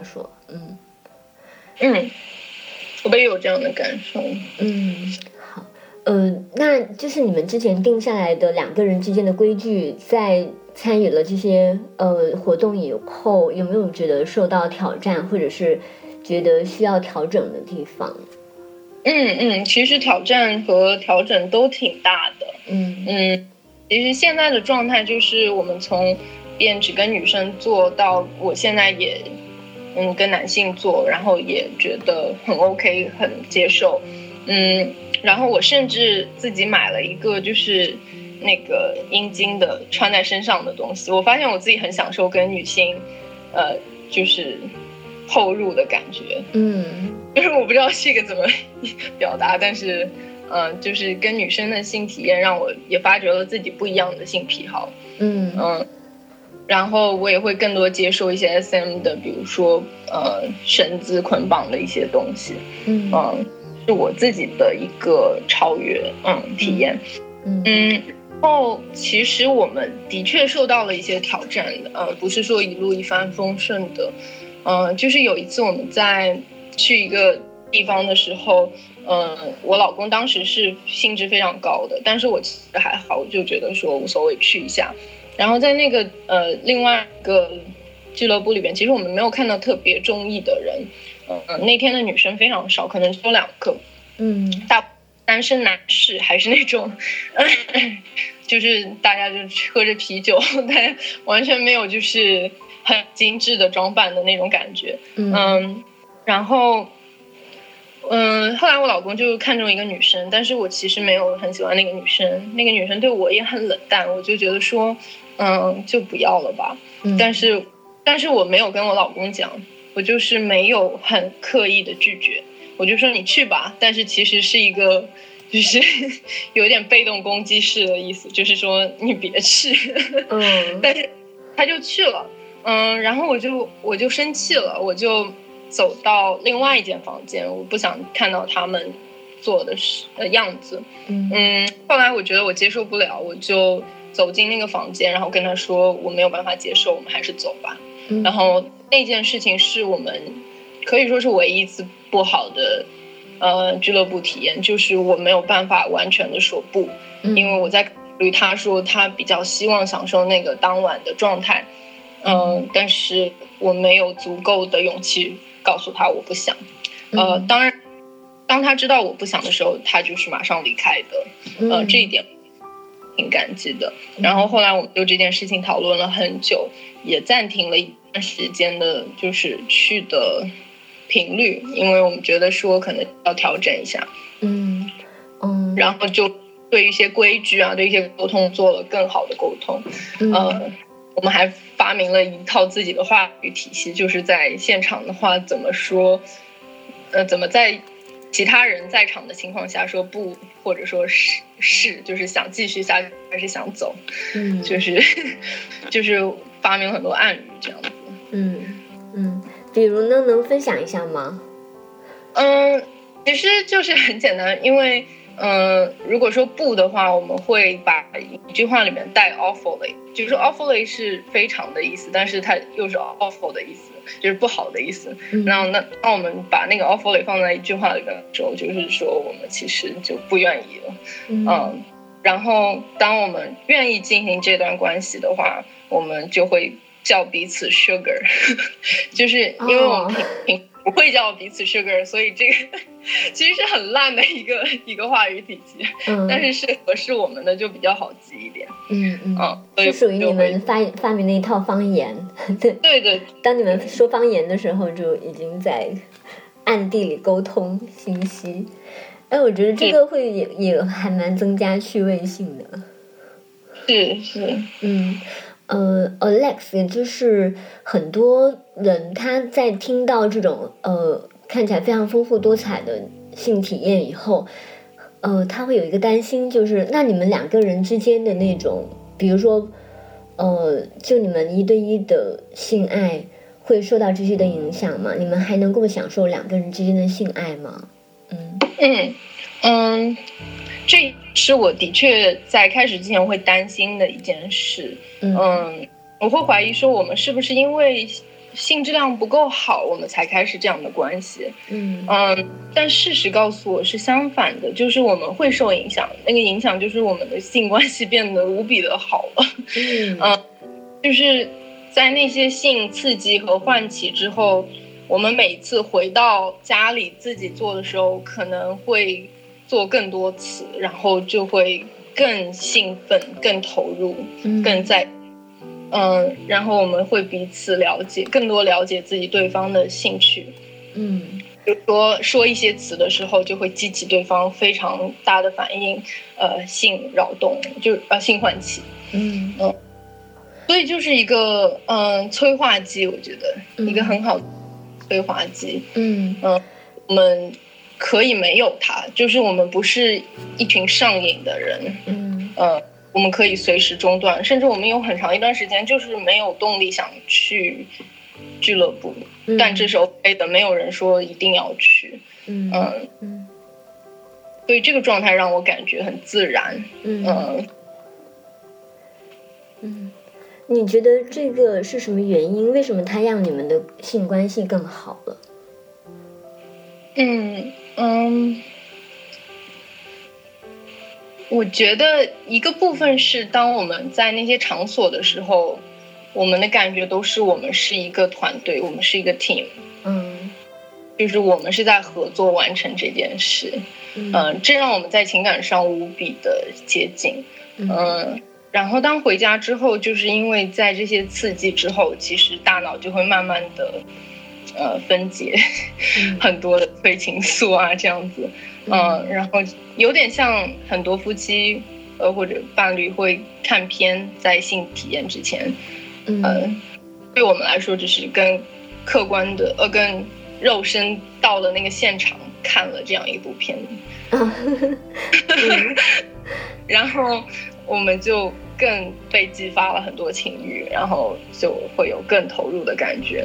Speaker 6: 我也有这样的感受。
Speaker 5: 好，那就是你们之前定下来的2个人之间的规矩，在参与了这些活动以后，有没有觉得受到挑战，或者是觉得需要调整的地方？
Speaker 6: 其实挑战和调整都挺大的。其实现在的状态就是我们从变只跟女生做到我现在也跟男性做，然后也觉得很 OK， 很接受。然后我甚至自己买了一个就是那个阴茎的穿在身上的东西，我发现我自己很享受跟女性就是后入的感觉。就是我不知道是一个怎么表达，但是就是跟女生的性体验让我也发掘了自己不一样的性癖好。然后我也会更多接受一些 SM 的，比如说绳子捆绑的一些东西。是我自己的一个超越体验。然后其实我们的确受到了一些挑战，不是说一路一帆风顺的。就是有一次我们在去一个地方的时候，我老公当时是兴致非常高的，但是我其实还好，我就觉得说无所谓去一下。然后在那个另外一个俱乐部里边，其实我们没有看到特别中意的人。那天的女生非常少，可能只有2个。大单身男士还是那种就是大家就喝着啤酒，大家完全没有就是很精致的装扮的那种感觉。然后后来我老公就看中一个女生，但是我其实没有很喜欢那个女生，那个女生对我也很冷淡，我就觉得说就不要了吧。但是我没有跟我老公讲，我就是没有很刻意的拒绝，我就说你去吧，但是其实是一个就是有点被动攻击式的意思，就是说你别去。但是他就去了。然后我就生气了，我就走到另外一间房间，我不想看到他们做的样子。后来我觉得我接受不了，我就走进那个房间，然后跟他说我没有办法接受，我们还是走吧。然后那件事情是我们可以说是唯一一次不好的俱乐部体验，就是我没有办法完全的说不。因为我在考虑他说他比较希望享受那个当晚的状态。但是我没有足够的勇气告诉他我不想。当然当他知道我不想的时候，他就是马上离开的。这一点挺感激的。然后后来我们就这件事情讨论了很久，也暂停了一段时间的就是去的频率，因为我们觉得说可能要调整一下。然后就对一些规矩啊，对一些沟通做了更好的沟通。我们还发明了一套自己的话语体系，就是在现场的话怎么说，怎么在其他人在场的情况下说不，或者说是就是想继续下去还是想走。就是发明了很多暗语这样子。
Speaker 5: 比如呢，能分享一下吗？
Speaker 6: 其实就是很简单，因为如果说不的话，我们会把一句话里面带 awfully， 就是说 awfully 是非常的意思，但是它又是 awful 的意思，就是不好的意思。那我们把那个 awfully 放在一句话里面的时候，就是说我们其实就不愿意了。然后当我们愿意进行这段关系的话，我们就会叫彼此 sugar， 就是因为我们平不会叫彼此 sugar， 所以这个其实是很烂的一个话语体系，但是合适我们的就比较好记一点。
Speaker 5: 是属于你们发明的一套方言。
Speaker 6: 对，
Speaker 5: 当你们说方言的时候，就已经在暗地里沟通信息。我觉得这个会也还蛮增加趣味性的。
Speaker 6: 是。
Speaker 5: Alex， 也就是很多人他在听到这种看起来非常丰富多彩的性体验以后，他会有一个担心，就是那你们两个人之间的那种，比如说就你们1对1的性爱会受到这些的影响吗？你们还能够享受两个人之间的性爱吗？
Speaker 6: 这是我的确在开始之前会担心的一件事。我会怀疑说我们是不是因为性质量不够好，我们才开始这样的关系。但事实告诉我是相反的，就是我们会受影响，那个影响就是我们的性关系变得无比的好了。就是在那些性刺激和唤起之后，我们每次回到家里自己做的时候，可能会做更多次，然后就会更兴奋、更投入、更在然后我们会彼此了解，更多了解自己对方的兴趣。比如说一些词的时候，就会激起对方非常大的反应，性扰动，就性唤起。所以就是一个催化剂，我觉得一个很好的催化剂。我们可以没有它，就是我们不是一群上瘾的人。我们可以随时中断，甚至我们有很长一段时间就是没有动力想去俱乐部，但这是 OK 的，没有人说一定要去。所以这个状态让我感觉很自然。
Speaker 5: 你觉得这个是什么原因？为什么它让你们的性关系更好了？
Speaker 6: 我觉得一个部分是当我们在那些场所的时候，我们的感觉都是我们是一个团队，我们是一个 team。就是我们是在合作完成这件事。这让我们在情感上无比的接近。然后当回家之后，就是因为在这些刺激之后，其实大脑就会慢慢的分解很多的催情素啊，这样子。然后有点像很多夫妻或者伴侣会看片在性体验之前。对我们来说只是更客观的更肉身到了那个现场看了这样一部片。然后我们就更被激发了很多情欲，然后就会有更投入的感觉。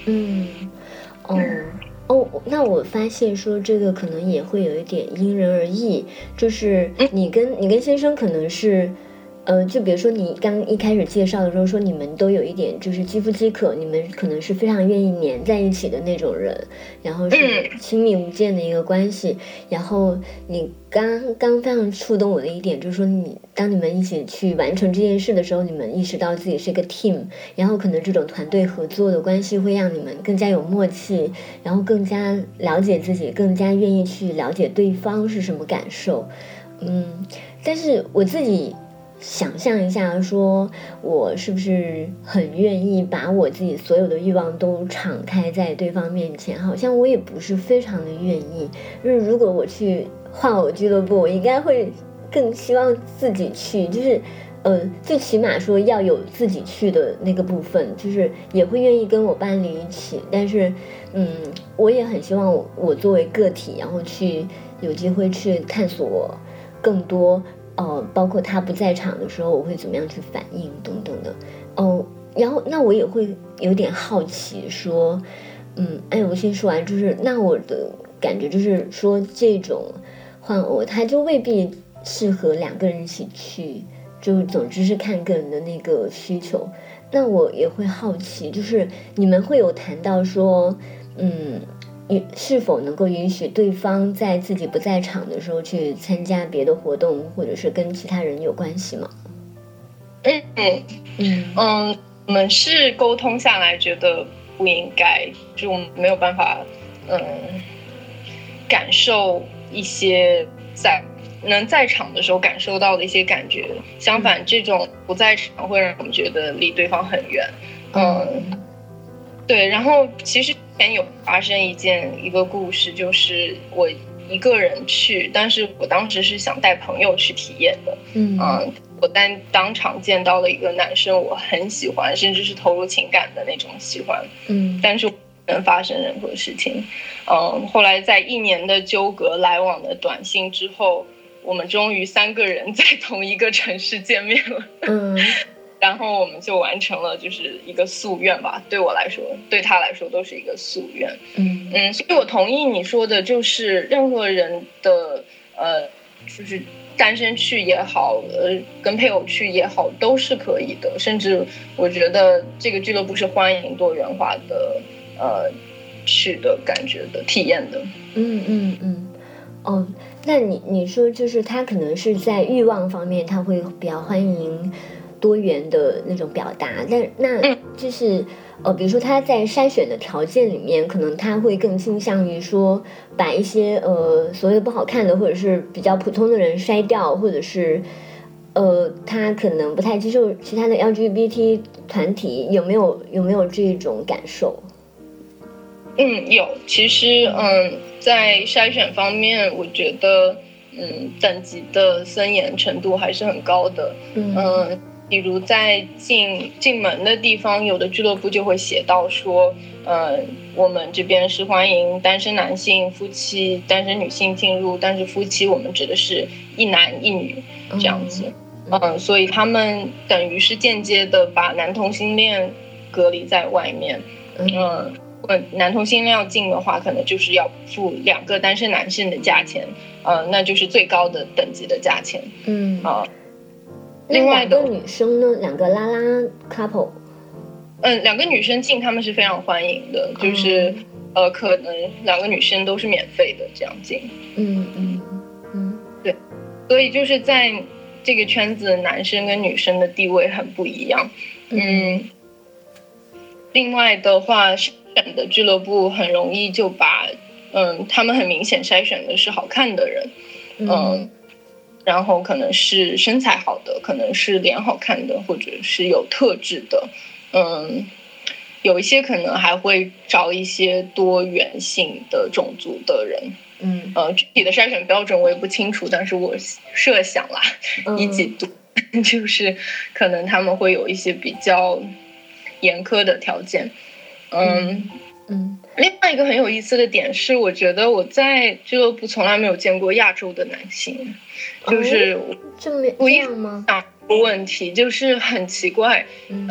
Speaker 5: 那我发现说这个可能也会有一点因人而异，就是你跟先生可能是就比如说你刚一开始介绍的时候说你们都有一点就是肌肤饥渴，你们可能是非常愿意黏在一起的那种人，然后是亲密无间的一个关系。然后你刚非常触动我的一点就是说，当你们一起去完成这件事的时候，你们意识到自己是一个 team， 然后可能这种团队合作的关系会让你们更加有默契，然后更加了解自己，更加愿意去了解对方是什么感受。但是我自己想象一下说我是不是很愿意把我自己所有的欲望都敞开在对方面前，好像我也不是非常的愿意。就是如果我去换偶俱乐部，我应该会更希望自己去，就是最起码说要有自己去的那个部分，就是也会愿意跟我伴侣一起。但是我也很希望我作为个体，然后去有机会去探索更多包括他不在场的时候我会怎么样去反应等等的。然后那我也会有点好奇说我先说完，就是那我的感觉就是说，这种换偶它就未必适合两个人一起去，就总之是看个人的那个需求。那我也会好奇，就是你们会有谈到说，是否能够允许对方在自己不在场的时候去参加别的活动，或者是跟其他人有关系吗？
Speaker 6: 我们是沟通下来觉得不应该，就我们没有办法感受一些在场的时候感受到的一些感觉，相反这种不在场会让我们觉得离对方很远。对，然后其实之前有发生一个故事，就是我一个人去，但是我当时是想带朋友去体验的。我当场见到了一个男生，我很喜欢，甚至是投入情感的那种喜欢。但是不能发生任何事情。后来在1年的纠葛来往的短信之后，我们终于3个人在同一个城市见面了。然后我们就完成了就是一个夙愿吧，对我来说，对他来说都是一个夙愿。所以我同意你说的，就是任何人的就是单身去也好，跟配偶去也好，都是可以的。甚至我觉得这个俱乐部是欢迎多元化的去的感觉的体验的。
Speaker 5: 那你说就是他可能是在欲望方面他会比较欢迎多元的那种表达，那就是比如说他在筛选的条件里面，可能他会更倾向于说把一些所谓的不好看的或者是比较普通的人筛掉，或者是他可能不太接受其他的 LGBT 团体，有没有这种感受？
Speaker 6: 有，其实在筛选方面，我觉得等级的森严程度还是很高的。比如在进门的地方，有的俱乐部就会写到说，我们这边是欢迎单身男性、夫妻、单身女性进入，但是夫妻我们指的是一男一女这样子。所以他们等于是间接的把男同性恋隔离在外面。男同性恋要进的话，可能就是要付2个单身男性的价钱，那就是最高的等级的价钱。另外的2个
Speaker 5: 女生呢，2个拉拉 couple，
Speaker 6: 2个女生进他们是非常欢迎的，就是可能2个女生都是免费的这样进。对，所以就是在这个圈子，男生跟女生的地位很不一样。另外的话，筛选的俱乐部很容易就把他们很明显筛选的是好看的人。然后可能是身材好的，可能是脸好看的，或者是有特质的。有一些可能还会找一些多元性的种族的人。具体的筛选标准我也不清楚，但是我设想啦，以己度就是可能他们会有一些比较严苛的条件。另外一个很有意思的点是，我觉得我在俱乐部从来没有见过亚洲的男性，就是
Speaker 5: 这样吗？
Speaker 6: 想个问题就是很奇怪。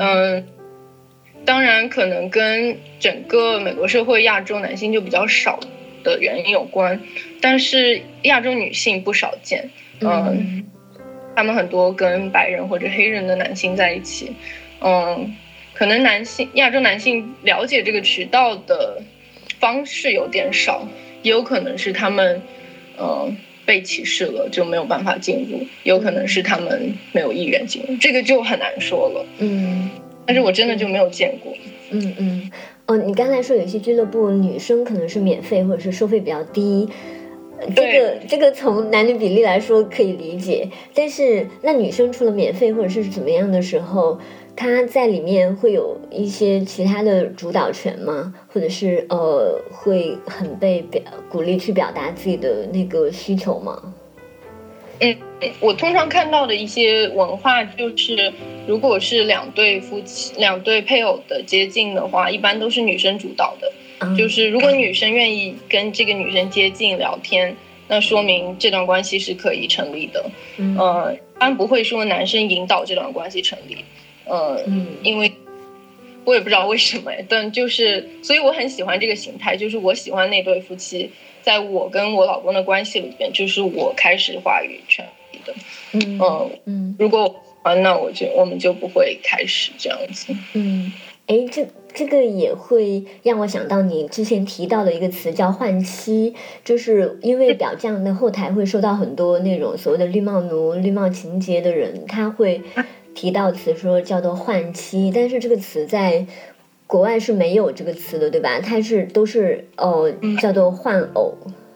Speaker 6: 当然可能跟整个美国社会亚洲男性就比较少的原因有关，但是亚洲女性不少见。他们很多跟白人或者黑人的男性在一起。可能亚洲男性了解这个渠道的方式有点少，也有可能是他们被歧视了就没有办法进入，有可能是他们没有意愿进入，这个就很难说了。但是我真的就没有见过。
Speaker 5: 你刚才说有些俱乐部女生可能是免费或者是收费比较低，这个从男女比例来说可以理解，但是那女生除了免费或者是怎么样的时候，她在里面会有一些其他的主导权吗？或者是会很被鼓励去表达自己的那个需求吗？
Speaker 6: 我通常看到的一些文化就是，如果是2对配偶的接近的话，一般都是女生主导的。就是如果女生愿意跟这个女生接近聊天，那说明这段关系是可以成立的。一般不会说男生引导这段关系成立。因为我也不知道为什么，但就是所以我很喜欢这个形态，就是我喜欢那对夫妻，在我跟我老公的关系里边，就是我开始话语权的。如果那我们就不会开始这样子。
Speaker 5: 这个也会让我想到你之前提到的一个词叫换妻，就是因为表匠的后台会收到很多那种所谓的绿帽奴、绿帽情节的人，他会提到词说叫做换妻，但是这个词在国外是没有这个词的，对吧？它都是叫做换偶。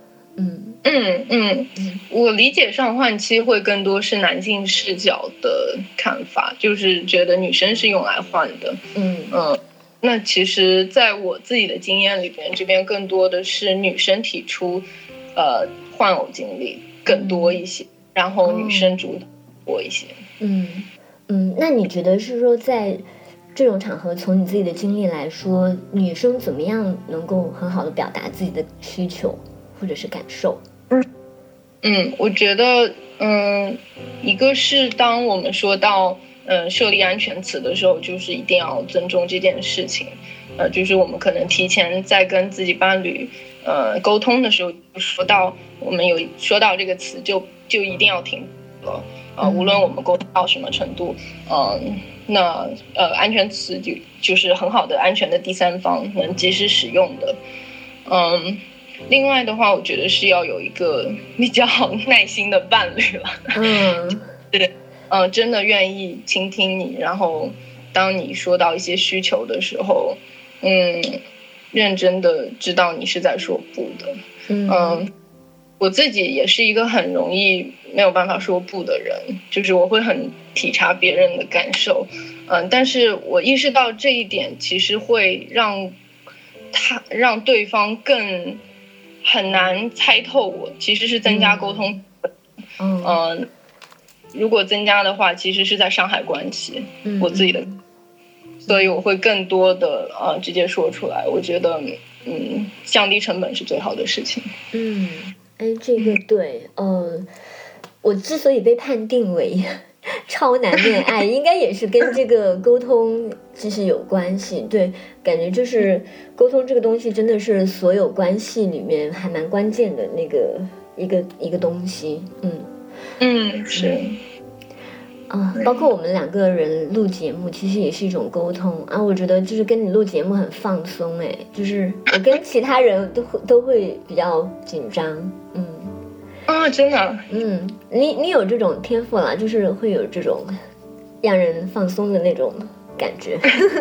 Speaker 6: 我理解上换妻会更多是男性视角的看法，就是觉得女生是用来换的。那其实在我自己的经验里边，这边更多的是女生提出换偶经历更多一些，然后女生主导多一些。
Speaker 5: 那你觉得是说在这种场合，从你自己的经历来说，女生怎么样能够很好的表达自己的需求或者是感受？
Speaker 6: 我觉得一个是当我们说到设立安全词的时候，就是一定要尊重这件事情。就是我们可能提前在跟自己伴侣沟通的时候，我们有说到这个词就一定要停了。无论我们沟通到什么程度，那安全词就是很好的安全的第三方能及时使用的。另外的话，我觉得是要有一个比较耐心的伴侣了。对，真的愿意倾听你，然后当你说到一些需求的时候，认真的知道你是在说不的。我自己也是一个很容易没有办法说不的人，就是我会很体察别人的感受。但是我意识到这一点其实会让对方更很难猜透我，其实是增加沟通。如果增加的话，其实是在伤害关系。我自己的，所以我会更多的直接说出来。我觉得降低成本是最好的事情。
Speaker 5: 这个对，我之所以被判定为超难恋爱，应该也是跟这个沟通其实有关系。对，感觉就是沟通这个东西真的是所有关系里面还蛮关键的那个一个东西。
Speaker 6: 是。
Speaker 5: 包括我们两个人录节目其实也是一种沟通啊。我觉得就是跟你录节目很放松，就是我跟其他人都会比较紧张。
Speaker 6: 真的。
Speaker 5: 你有这种天赋啦，就是会有这种让人放松的那种感觉。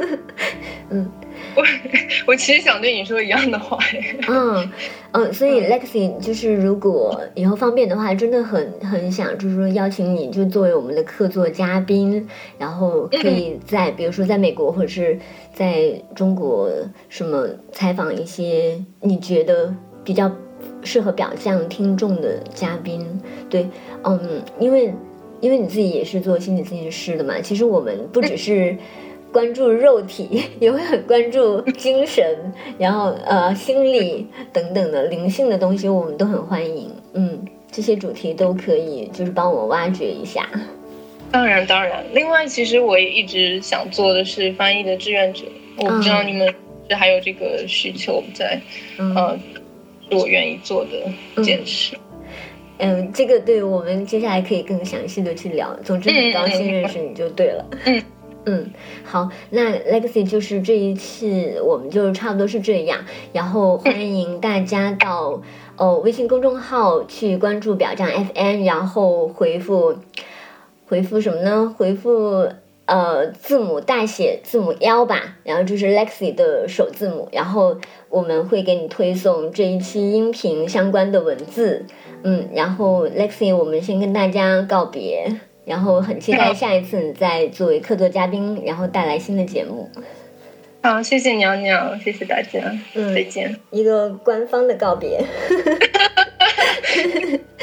Speaker 6: 我其实想对你说一样的话。
Speaker 5: 所以 Lexi 就是如果以后方便的话，真的很想就是说邀请你就作为我们的客座嘉宾，然后可以比如说在美国或者是在中国什么采访一些你觉得比较适合表象听众的嘉宾。对，因为你自己也是做心理咨询师的嘛，其实我们不只是关注肉体，也会很关注精神，然后心理等等的灵性的东西，我们都很欢迎。这些主题都可以就是帮我挖掘一下。
Speaker 6: 当然。另外，其实我也一直想做的是翻译的志愿者，我不知道你们是还有这个需求在，是我愿意做的一件事。
Speaker 5: 这个对我们接下来可以更详细的去聊。总之，很高兴认识你就对了。好，那 Lexi 就是这一次我们就差不多是这样，然后欢迎大家到微信公众号去关注表匠 FM， 然后回复什么呢？回复字母大写字母1吧，然后就是 Lexi 的首字母，然后我们会给你推送这一期音频相关的文字。然后 Lexi 我们先跟大家告别，然后很期待下一次你再作为客座嘉宾，然后带来新的节目。
Speaker 6: 好，谢谢娘娘，谢谢大家，再见。
Speaker 5: 一个官方的告别。